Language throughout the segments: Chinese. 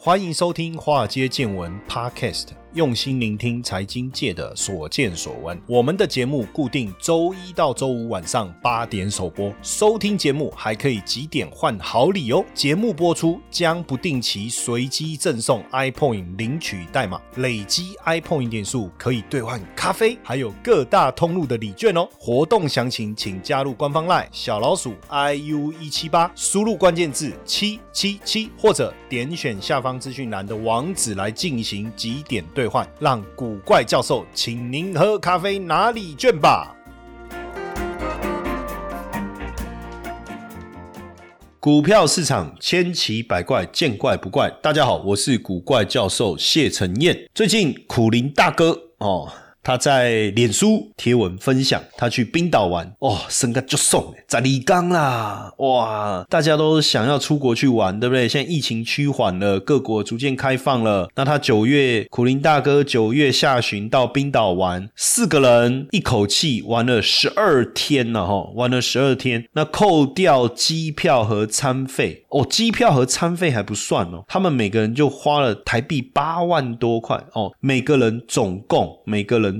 欢迎收听华尔街见闻 Podcast， 用心聆听财经界的所见所闻。我们的节目固定周一到周五晚上8点首播，收听节目还可以集点换好礼哦。节目播出将不定期随机赠送 iPoint 领取代码，累积 iPoint 点数可以兑换咖啡，还有各大通路的礼券哦。活动详情请加入官方 LINE 小老鼠 IU178， 输入关键字777，或者点选下方资讯栏的网址来进行集点兑换，让古怪教授请您喝咖啡拿礼券吧。股票市场千奇百怪，见怪不怪。大家好，我是古怪教授谢承彦。最近苦苓大哥他在脸书贴文分享他去冰岛玩升个就送12天啦，哇，大家都想要出国去玩，对不对？现在疫情趋缓了，各国逐渐开放了，那他苦苓大哥9月下旬到冰岛玩，4个人一口气玩了12天了玩了12天，那扣掉机票和餐费机票和餐费还不算他们每个人就花了台币8万多块每个人总共一个人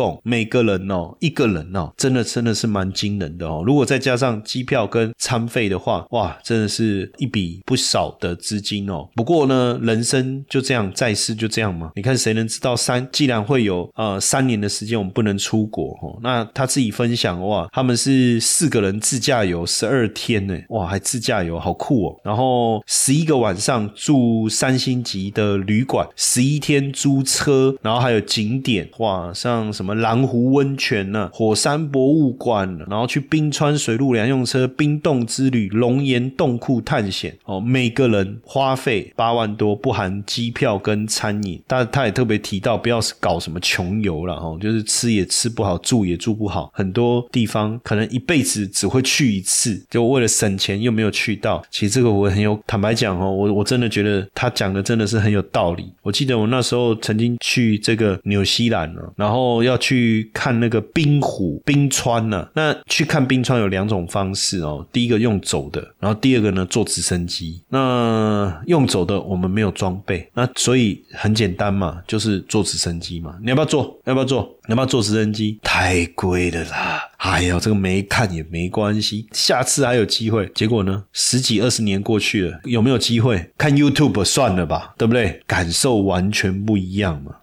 真的是蛮惊人的如果再加上机票跟餐费的话，哇，真的是一笔不少的资金不过呢，人生就这样，在世就这样嘛。你看谁能知道既然会有3年的时间我们不能出国那他自己分享哇，他们是4个人自驾游12天呢，哇，还自驾游，好酷然后11个晚上住3星级的旅馆，11天租车，然后还有景点哇，像什么蓝湖温泉火山博物馆，然后去冰川水陆两用车冰洞之旅，龙岩洞窟探险每个人花费8万多，不含机票跟餐饮。但他也特别提到不要搞什么穷游啦就是吃也吃不好，住也住不好，很多地方可能一辈子只会去一次，就为了省钱又没有去到。其实这个我坦白讲我真的觉得他讲的真的是很有道理。我记得我那时候曾经去这个纽西兰然后要去看那个冰湖冰川那去看冰川有2种方式第一个用走的，然後第二个呢坐直升机。那用走的我们没有装备，那所以很简单嘛，就是坐直升机嘛。你要不要坐直升机？太贵了啦，哎呀，这个没看也没关系，下次还有机会。结果呢10几20年过去了，有没有机会？看 YouTube 算了吧，对不对？感受完全不一样嘛，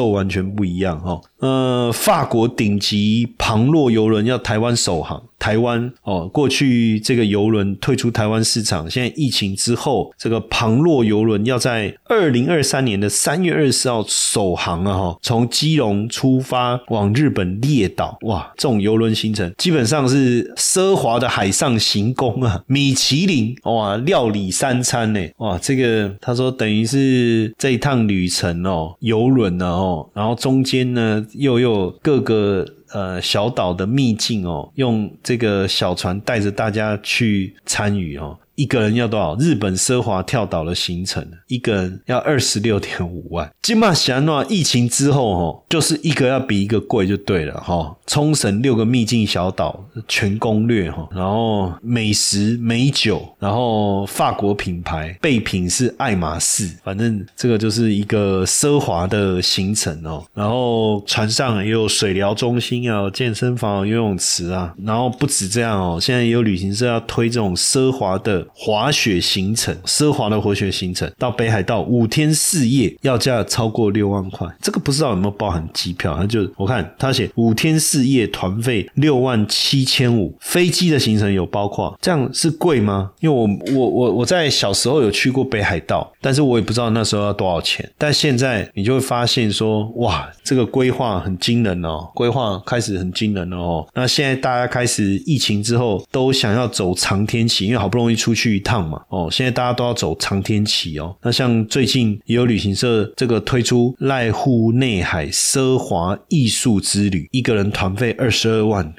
法国顶级庞洛邮轮要台湾首航，台湾过去这个邮轮退出台湾市场，现在疫情之后，这个庞洛邮轮要在2023年的3月20号首航从基隆出发往日本列岛。哇，这种邮轮行程基本上是奢华的海上行宫米其林哇料理3餐哇，这个他说等于是这一趟旅程邮轮然后中间呢又有各个小岛的秘境用这个小船带着大家去参与一个人要多少？日本奢华跳岛的行程，一个人要 26.5 万。现在是怎样？疫情之后就是一个要比一个贵就对了冲绳6个秘境小岛全攻略然后美食美酒，然后法国品牌，备品是爱马仕，反正这个就是一个奢华的行程然后船上也有水疗中心有健身房，有游泳池然后不止这样现在也有旅行社要推这种奢华的滑雪行程，到北海道5天4夜要价超过6万块，这个不知道有没有包含机票，我看他写5天4夜团费67500，飞机的行程有包括，这样是贵吗？因为我在小时候有去过北海道，但是我也不知道那时候要多少钱，但现在你就会发现说哇，这个规划很惊人规划开始很惊人那现在大家开始疫情之后都想要走长天期，因为好不容易出去一趟嘛现在大家都要走长天期那像最近也有旅行社这个推出濑户内海奢华艺术之旅，一个人团费22万起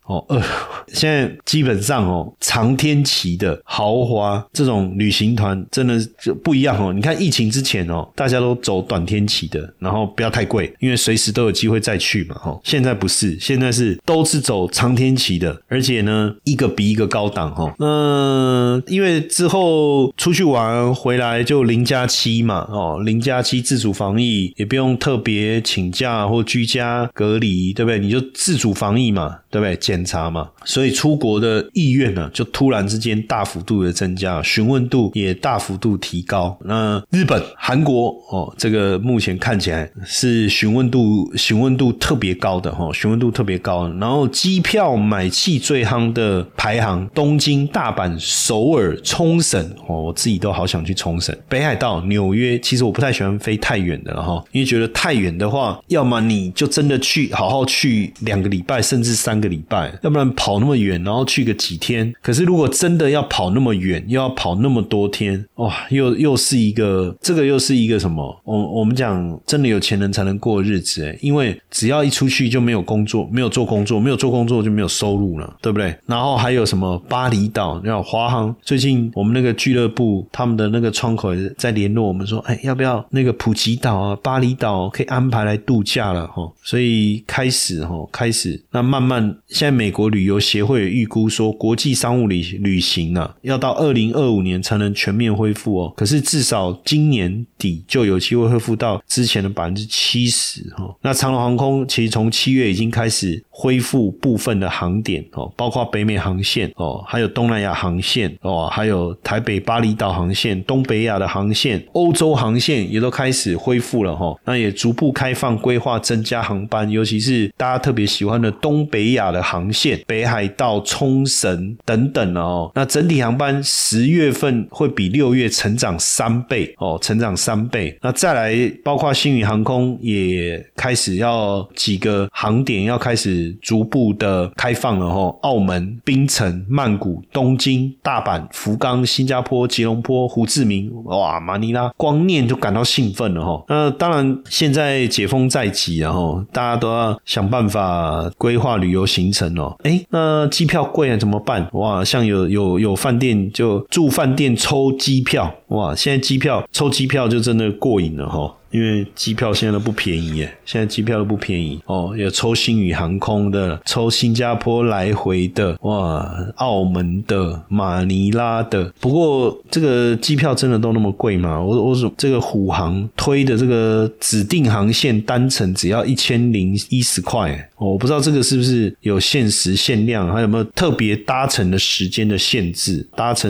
现在基本上长天期的豪华这种旅行团真的就不一样你看疫情之前大家都走短天期的，然后不要太贵，因为随时都有机会再去嘛现在不是，现在是都是走长天期的，而且呢一个比一个高档因为之后出去玩回来就0+7嘛0+7自主防疫，也不用特别请假或居家隔离，对不对？你就自主防疫嘛，对不对？检查嘛，所以出国的意愿呢就突然之间大幅度的增加，询问度也大幅度提高。那日本、韩国这个目前看起来是询问度特别高的询问度特别高。然后机票买气最夯的排行，东京、大阪、首尔、冲绳我自己都好想去冲绳。北海道、纽约，其实我不太喜欢飞太远的了因为觉得太远的话，要么你就真的去好好去2个礼拜甚至3个礼拜，要不然跑那么远然后去个几天。可是如果真的要跑那么远，又要跑那么多天，哇，又是一个，这个又是一个什么？我们讲真的有钱人才能过日子因为只要一出去就没有工作，没有做工作，没有做工作就没有收入了，对不对？然后还有什么巴厘岛，华航最近我们那个俱乐部他们的那个窗口在联络我们说，要不要那个普吉岛啊、巴厘岛可以安排来度假了所以开始那慢慢现在美国旅游协会也预估说，国际商务旅行要到2025年才能全面恢复可是至少今年底就有机会恢复到之前的 70%那长荣航空其实从7月已经开始恢复部分的航点包括北美航线还有东南亚航线还有台北巴厘岛航线、东北亚的航线、欧洲航线也都开始恢复了那也逐步开放规划增加航班，尤其是大家特别喜欢的东北亚的航线，北海道、冲绳等等那整体航班10月份会比6月成长3倍成长3倍。那再来包括星宇航空也开始要几个航点要开始逐步的开放了澳门、槟城、曼谷、东京、大阪、福冈、新加坡、吉隆坡、胡志明，哇，马尼拉光念就感到兴奋了那当然现在解封在即大家都要想办法规划旅游行程那机票贵怎么办？哇，像有饭店就住饭店抽机票，哇，现在抽机票就真的过瘾了因为机票现在都不便宜耶，现在机票都不便宜有抽星宇航空的，抽新加坡来回的，哇，澳门的、马尼拉的。不过这个机票真的都那么贵吗？我这个虎航推的这个指定航线单程只要1010块我不知道这个是不是有限时限量，还有没有特别搭乘的时间的限制？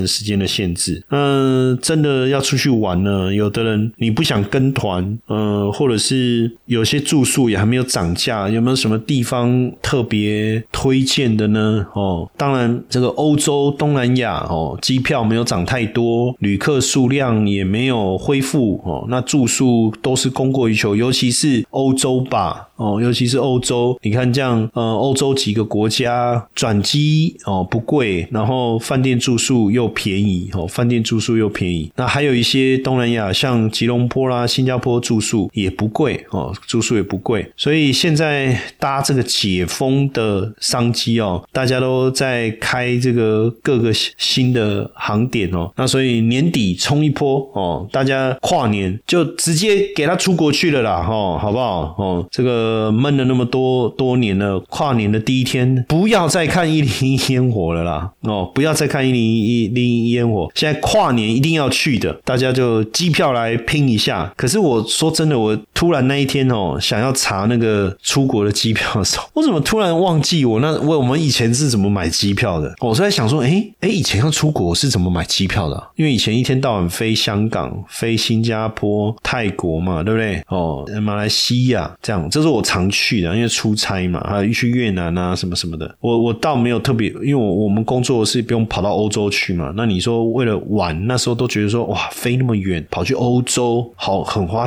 真的要出去玩呢，有的人你不想跟团或者是有些住宿也还没有涨价，有没有什么地方特别推荐的呢？当然这个欧洲、东南亚机票没有涨太多，旅客数量也没有恢复那住宿都是供过于求，尤其是欧洲吧尤其是欧洲，你看这样欧洲几个国家转机不贵，然后饭店住宿又便宜那还有一些东南亚像吉隆坡啦、新加坡住宿也不贵所以现在搭这个解封的商机大家都在开这个各个新的航点那所以年底冲一波大家跨年就直接给他出国去了啦好不好这个闷了那么多年了，跨年的第一天不要再看101烟火了啦不要再看101烟火，现在跨年一定要去的，大家就机票来拼一下。可是我说真的，我突然那一天想要查那个出国的机票的时候，我怎么突然忘记我们以前是怎么买机票的？我在想说以前要出国是怎么买机票的因为以前一天到晚飞香港、飞新加坡、泰国嘛，对不对马来西亚这样，这是我常去的，因为出差嘛，还有去越南啊什么什么的。我倒没有特别，因为我们工作是不用跑到欧洲去嘛，那你说为了玩，那时候都觉得说哇，飞那么远跑去欧洲很花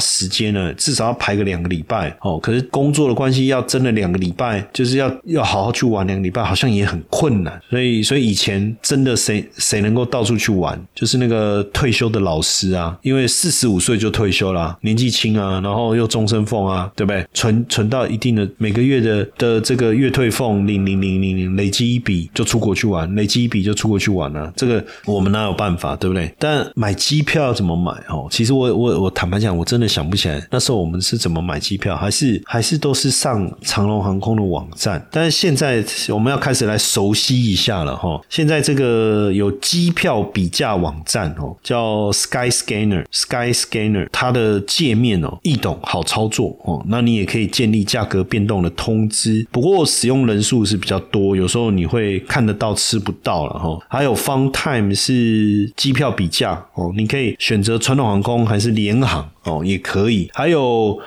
时间呢，至少要排个2个礼拜可是工作的关系要真的2个礼拜，就是要好好去玩2个礼拜，好像也很困难。所以以前真的谁能够到处去玩，就是那个退休的老师啊，因为45岁就退休啦，年纪轻啊，然后又终身俸啊，对不对？存到一定的每个月的这个月退俸0.0000累积一笔就出国去玩，累积一笔就出国去玩啊，这个我们哪有办法，对不对？但买机票要怎么买其实我坦白讲，我真的想不起来那时候我们是怎么买机票，还是都是上长荣航空的网站。但是现在我们要开始来熟悉一下了现在这个有机票比价网站叫 Skyscanner， 它的界面易懂好操作那你也可以建立价格变动的通知，不过使用人数是比较多，有时候你会看得到吃不到了还有 FunTime 是机票比价你可以选择传统航空还是联航也可以，还有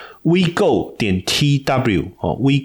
WeGo.tw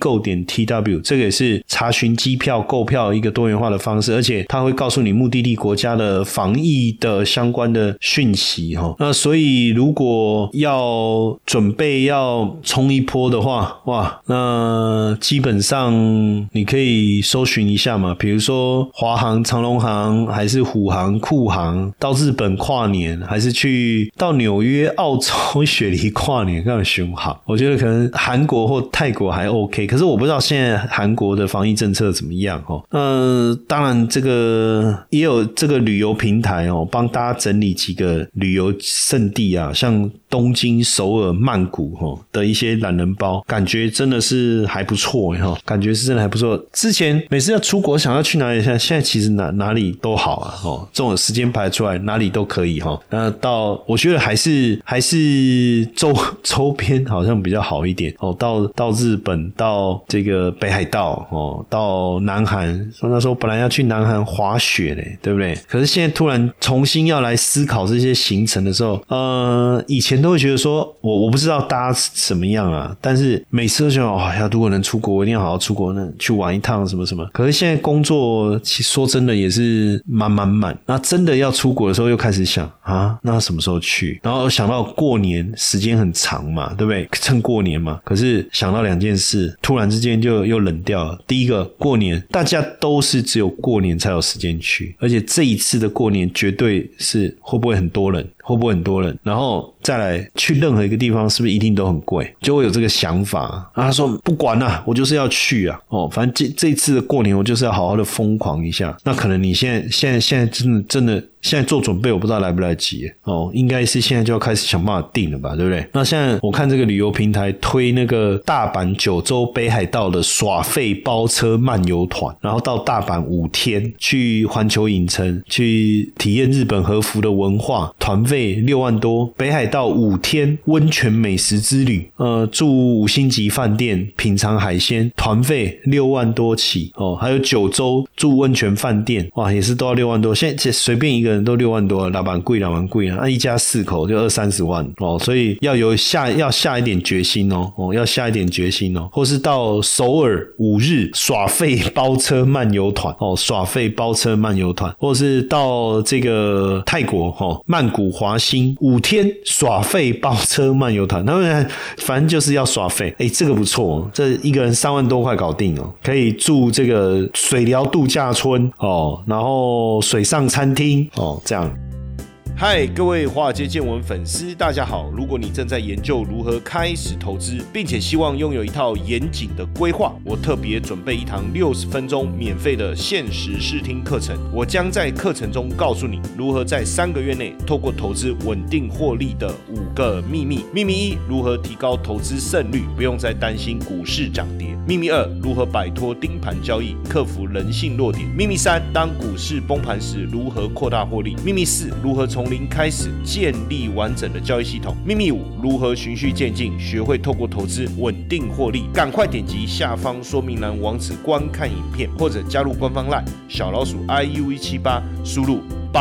WeGo.tw 这个也是查询机票购票一个多元化的方式，而且它会告诉你目的地国家的防疫的相关的讯息那所以如果要准备要冲一波的话，哇，那基本上你可以搜寻一下嘛，比如说华航、长荣航还是虎航、酷航，到日本跨年，还是去到纽约、澳洲雪梨跨年，看熊好。我觉得可能韩国或泰国还 OK， 可是我不知道现在韩国的防疫政策怎么样当然这个也有这个旅游平台帮大家整理几个旅游胜地啊，像东京、首尔、曼谷的一些懒人包，感觉真的是还不错感觉是真的还不错。之前每次要出国想要去哪里，现在其实哪里都好啊这种时间排出来哪里都可以那到我觉得还是周边好像比较好一点到日本，到这个北海道到南韩，那时候本来要去南韩滑雪嘞，对不对？可是现在突然重新要来思考这些行程的时候以前都会觉得说我不知道大家怎么样啊，但是每次都觉得如果能出国我一定要好好出国，那去玩一趟什么什么。可是现在工作其实说真的也是满，那真的要出国的时候又开始想那什么时候去，然后想到过年时间很长嘛，对不对？趁过年嘛，可是想到2件事，突然之间就又冷掉了。第一个，过年大家都是只有过年才有时间去，而且这一次的过年绝对是会不会很多人，然后再来去任何一个地方是不是一定都很贵，就会有这个想法他说不管我就是要去反正这一次的过年我就是要好好的疯狂一下。那可能你现在真的现在做准备，我不知道来不来得及应该是现在就要开始想办法定了吧，对不对？那现在我看这个旅游平台推那个大阪、九州、北海道的耍废包车漫游团，然后到大阪5天，去环球影城，去体验日本和服的文化，团费6万多；北海道5天温泉美食之旅，住5星级饭店，品尝海鲜，团费6万多起还有九州住温泉饭店，哇，也是都要6万多。现在随便一个人都6万多，老板贵啊！一家4口就20-30万所以要下一点决心要下一点决心或是到首尔5日耍废包车漫游团耍废包车漫游团，或是到这个泰国曼谷华欣5天耍废包车漫游团，他们反正就是要耍废。这个不错这一个人3万多块搞定可以住这个水疗度假村然后水上餐厅这样。嗨，各位华尔街见闻粉丝，大家好！如果你正在研究如何开始投资，并且希望拥有一套严谨的规划，我特别准备一堂60分钟免费的限时试听课程。我将在课程中告诉你如何在3个月内透过投资稳定获利的5个秘密。秘密1：如何提高投资胜率，不用再担心股市涨跌。秘密2：如何摆脱盯盘交易，克服人性弱点。秘密3：当股市崩盘时，如何扩大获利。秘密4：如何从零开始建立完整的交易系统。秘密5：如何循序渐进，学会透过投资稳定获利。赶快点击下方说明栏网址观看影片，或者加入官方 LINE 小老鼠 IU178，输入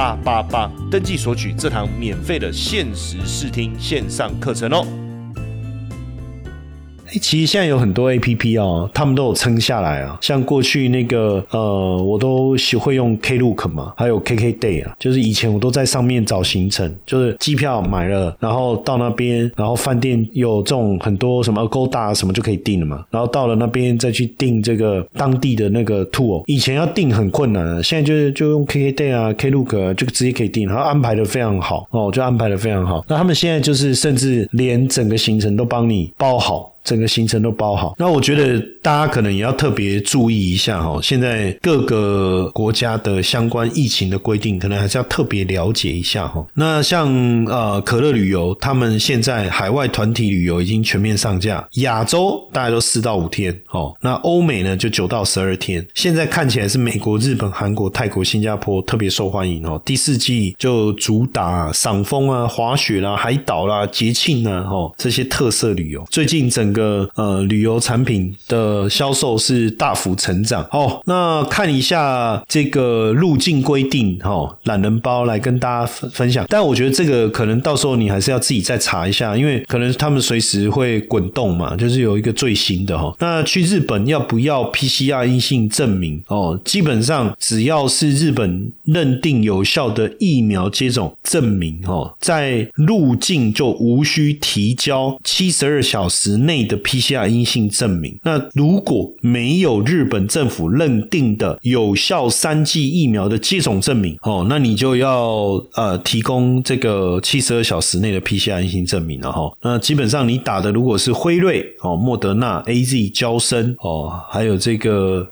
888登记索取这堂免费的限时试听线上课程其实现在有很多 APP 哦，他们都有撑下来啊。像过去那个我都会用 Klook 嘛，还有 KKday 啊，就是以前我都在上面找行程，就是机票买了，然后到那边，然后饭店有这种很多什么 Agoda 什么就可以订了嘛，然后到了那边再去订这个当地的那个 tour。以前要订很困难，现在就用 KKday 啊 Klook 啊，就直接可以订，然后安排的非常好哦，就安排的非常好。那他们现在就是甚至连整个行程都帮你包好。整个行程都包好，那我觉得大家可能也要特别注意一下齁，现在各个国家的相关疫情的规定，可能还是要特别了解一下齁。那像可乐旅游，他们现在海外团体旅游已经全面上架，亚洲大概都4到5天齁，那欧美呢就9到12天。现在看起来是美国、日本、韩国、泰国、新加坡特别受欢迎齁。第4季就主打赏枫啊、滑雪啦、海岛啦、节庆啊齁，这些特色旅游。最近整个旅游产品的销售是大幅成长哦。那看一下这个入境规定懒人包来跟大家分享，但我觉得这个可能到时候你还是要自己再查一下，因为可能他们随时会滚动嘛，就是有一个最新的那去日本要不要 PCR 阴性证明基本上只要是日本认定有效的疫苗接种证明在入境就无需提交72小时内的PCR 阴性证明。那如果没有日本政府认定的有效3剂疫苗的接种证明那你就要提供这个72小时内的 PCR 阴性证明了那基本上你打的如果是辉瑞莫德纳 AZ 嬌生还有这个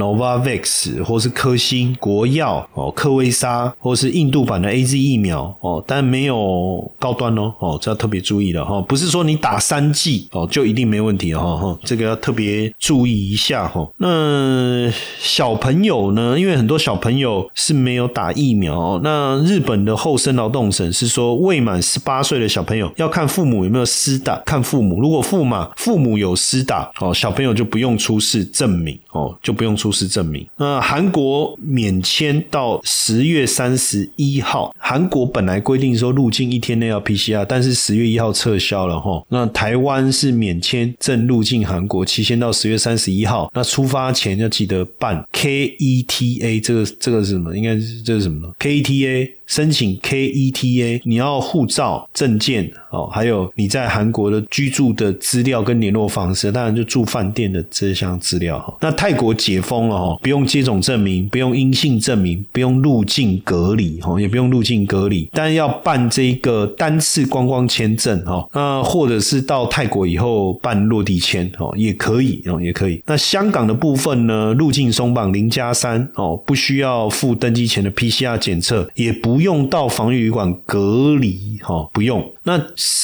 Novavax 或是科兴国药科威莎或是印度版的 AZ 疫苗但没有高端这要特别注意了不是说你打3剂就一定没问题这个要特别注意一下那小朋友呢，因为很多小朋友是没有打疫苗那日本的厚生劳动省是说未满18岁的小朋友要看父母有没有施打，看父母，如果父母有施打小朋友就不用出示证明那韩国免签到10月31号，韩国本来规定说入境1天内要 PCR， 但是10月1号撤销了那台湾是免签证入境韩国，期限到10月31号。那出发前要记得办 KETA， 这个是什么？应该是这是什么呢 ？KETA。申请 KETA， 你要护照、证件还有你在韩国的居住的资料跟联络方式，当然就住饭店的这项资料那泰国解封了不用接种证明，不用阴性证明，不用入境隔离也不用入境隔离，但要办这个单次观光签证那或者是到泰国以后办落地签也可以也可以。那香港的部分呢，入境松绑0+3不需要付登机前的 PCR 检测，也不用到防疫旅馆隔离不用。那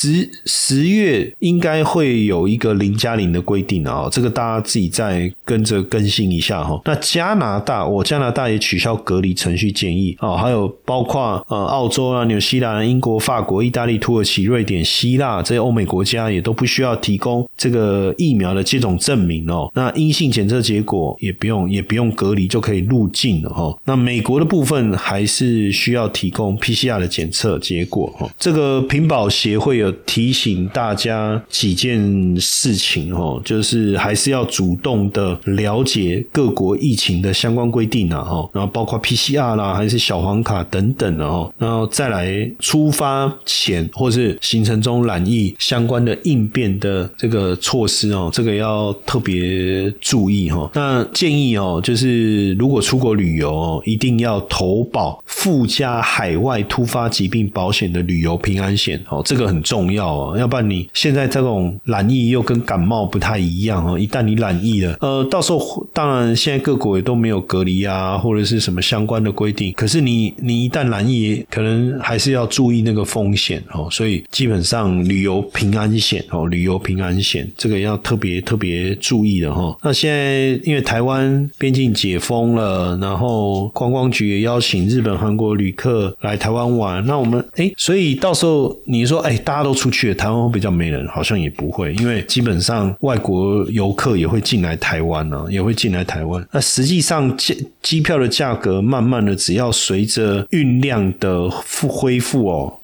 10月应该会有一个0+0的规定这个大家自己再跟着更新一下那加拿大也取消隔离程序建议还有包括澳洲啊、纽西兰、英国、法国、意大利、土耳其、瑞典、希腊这些欧美国家也都不需要提供这个疫苗的接种证明那阴性检测结果也不用隔离就可以入境了那美国的部分还是需要提供 PCR 的检测结果这个屏保协会有提醒大家几件事情就是还是要主动的了解各国疫情的相关规定然后包括 PCR 啦还是小黄卡等等然后再来出发前或是行程中染疫相关的应变的这个措施这个要特别注意那建议就是如果出国旅游一定要投保附加海外突发疾病保险的旅游平安险这个很重要要不然你现在这种染疫又跟感冒不太一样一旦你染疫了到时候当然现在各国也都没有隔离啊或者是什么相关的规定，可是你一旦染疫可能还是要注意那个风险所以基本上旅游平安险这个要特别注意的那现在因为台湾边境解封了，然后观光局也邀请日本、韩国旅客来台湾玩，那我们所以到时候你说大家都出去了，台湾会比较没人，好像也不会，因为基本上外国游客也会进来台湾那实际上机票的价格慢慢的只要随着运量的恢复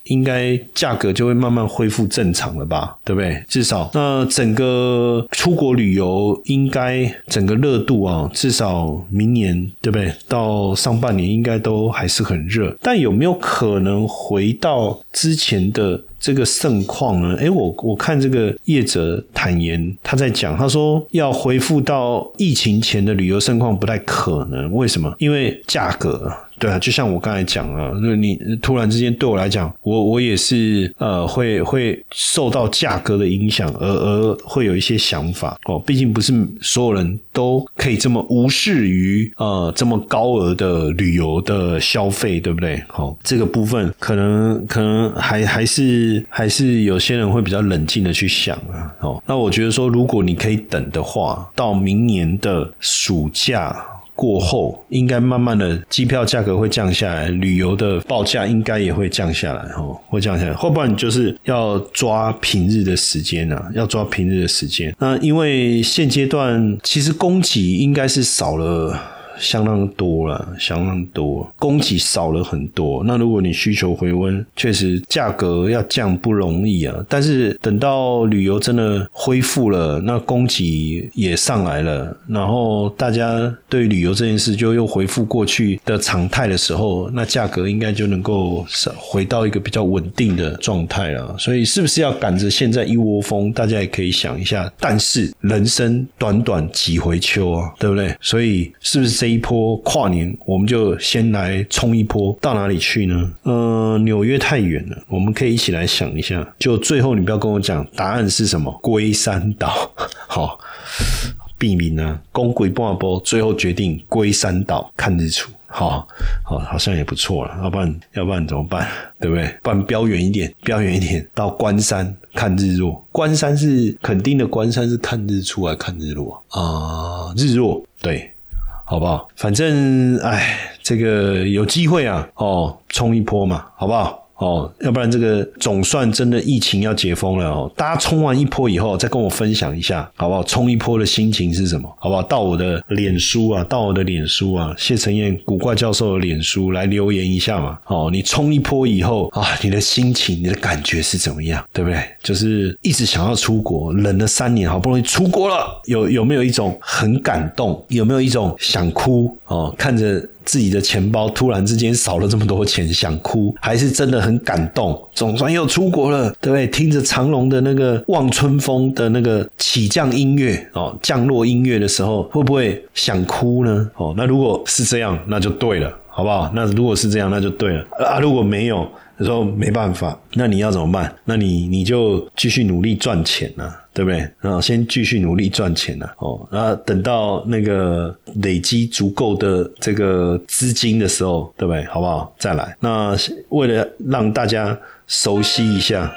应该价格就会慢慢恢复正常了吧，对不对？至少那整个出国旅游应该整个热度啊，至少明年对不对？到上半年应该都还是很热，但有没有可能回到之前的这个盛况呢？我看这个业者坦言，他在讲，他说要恢复到疫情前的旅游盛况不太可能。为什么？因为价格。对啊，就像我刚才讲啊，你突然之间对我来讲，我也是会受到价格的影响，而会有一些想法哦。毕竟不是所有人都可以这么无视于这么高额的旅游的消费，对不对？好，这个部分可能还是有些人会比较冷静的去想啊。哦，那我觉得说，如果你可以等的话，到明年的暑假过后，应该慢慢的机票价格会降下来，旅游的报价应该也会降下来，会降下来。后半就是要抓平日的时间啊，要抓平日的时间。那因为现阶段其实供给应该是少了相当多了，相当多，供给少了很多。那如果你需求回温，确实价格要降不容易啊。但是等到旅游真的恢复了，那供给也上来了，然后大家对旅游这件事就又恢复过去的常态的时候，那价格应该就能够回到一个比较稳定的状态了。所以是不是要赶着现在一窝蜂，大家也可以想一下。但是人生短短几回秋啊，对不对？所以是不是这一波跨年我们就先来冲一波，到哪里去呢？纽约太远了，我们可以一起来想一下。就最后你不要跟我讲答案是什么，龟山岛。好，避免啊，讲几半波，最后决定龟山岛看日出。好，好像也不错了，要不然怎么办？对不对？不然标远一点到关山看日落。关山是垦丁的关山，是看日出还是看日落啊？日落，对。好不好？反正这个有机会啊，冲一波嘛，好不好？要不然这个总算真的疫情要解封了哦，大家冲完一波以后再跟我分享一下，好不好？冲一波的心情是什么？好不好？到我的脸书啊，谢承彦古怪教授的脸书来留言一下嘛。你冲一波以后啊，你的心情、你的感觉是怎么样？对不对？就是一直想要出国，忍了3年，好不容易出国了，有没有一种很感动？有没有一种想哭？看着自己的钱包突然之间少了这么多钱，想哭，还是真的很感动，总算又出国了，对不对？听着长荣的那个望春风的那个起降音乐降落音乐的时候，会不会想哭呢？那如果是这样，那就对了，好不好？那如果是这样，那就对了啊。如果没有，说没办法，那你要怎么办？那你就继续努力赚钱啊，对不对？先继续努力赚钱啊。然后等到那个累积足够的这个资金的时候，对不对？好不好？再来。那为了让大家熟悉一下，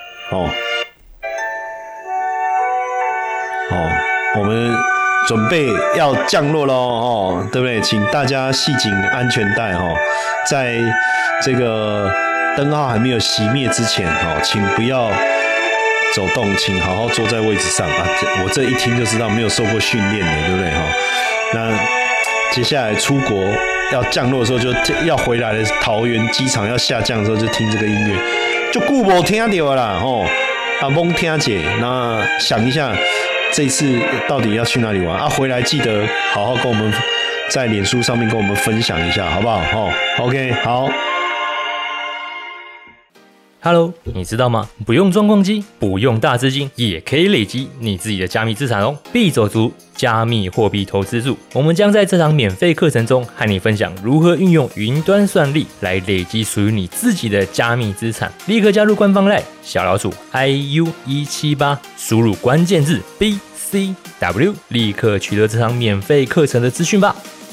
我们准备要降落咯，对不对？请大家系紧安全带，在这个灯号还没有熄灭之前，请不要走动，请好好坐在位置上啊！我这一听就知道没有受过训练的，对不对？那接下来出国要降落的时候，就要回来的桃园机场要下降的时候，就听这个音乐，就久没听到啦，懵听姐，那想一下这一次到底要去哪里玩啊？回来记得好好跟我们在脸书上面跟我们分享一下，好不好？OK， 好。 Hello， 你知道吗？不用状况机，不用大资金，也可以累积你自己的加密资产哦。币走族加密货币投资组，我们将在这堂免费课程中和你分享如何运用云端算力来累积属于你自己的加密资产。立刻加入官方 LINE 小老鼠 IU178，输入关键字 BCW， 立刻取得这堂免费课程的资讯吧。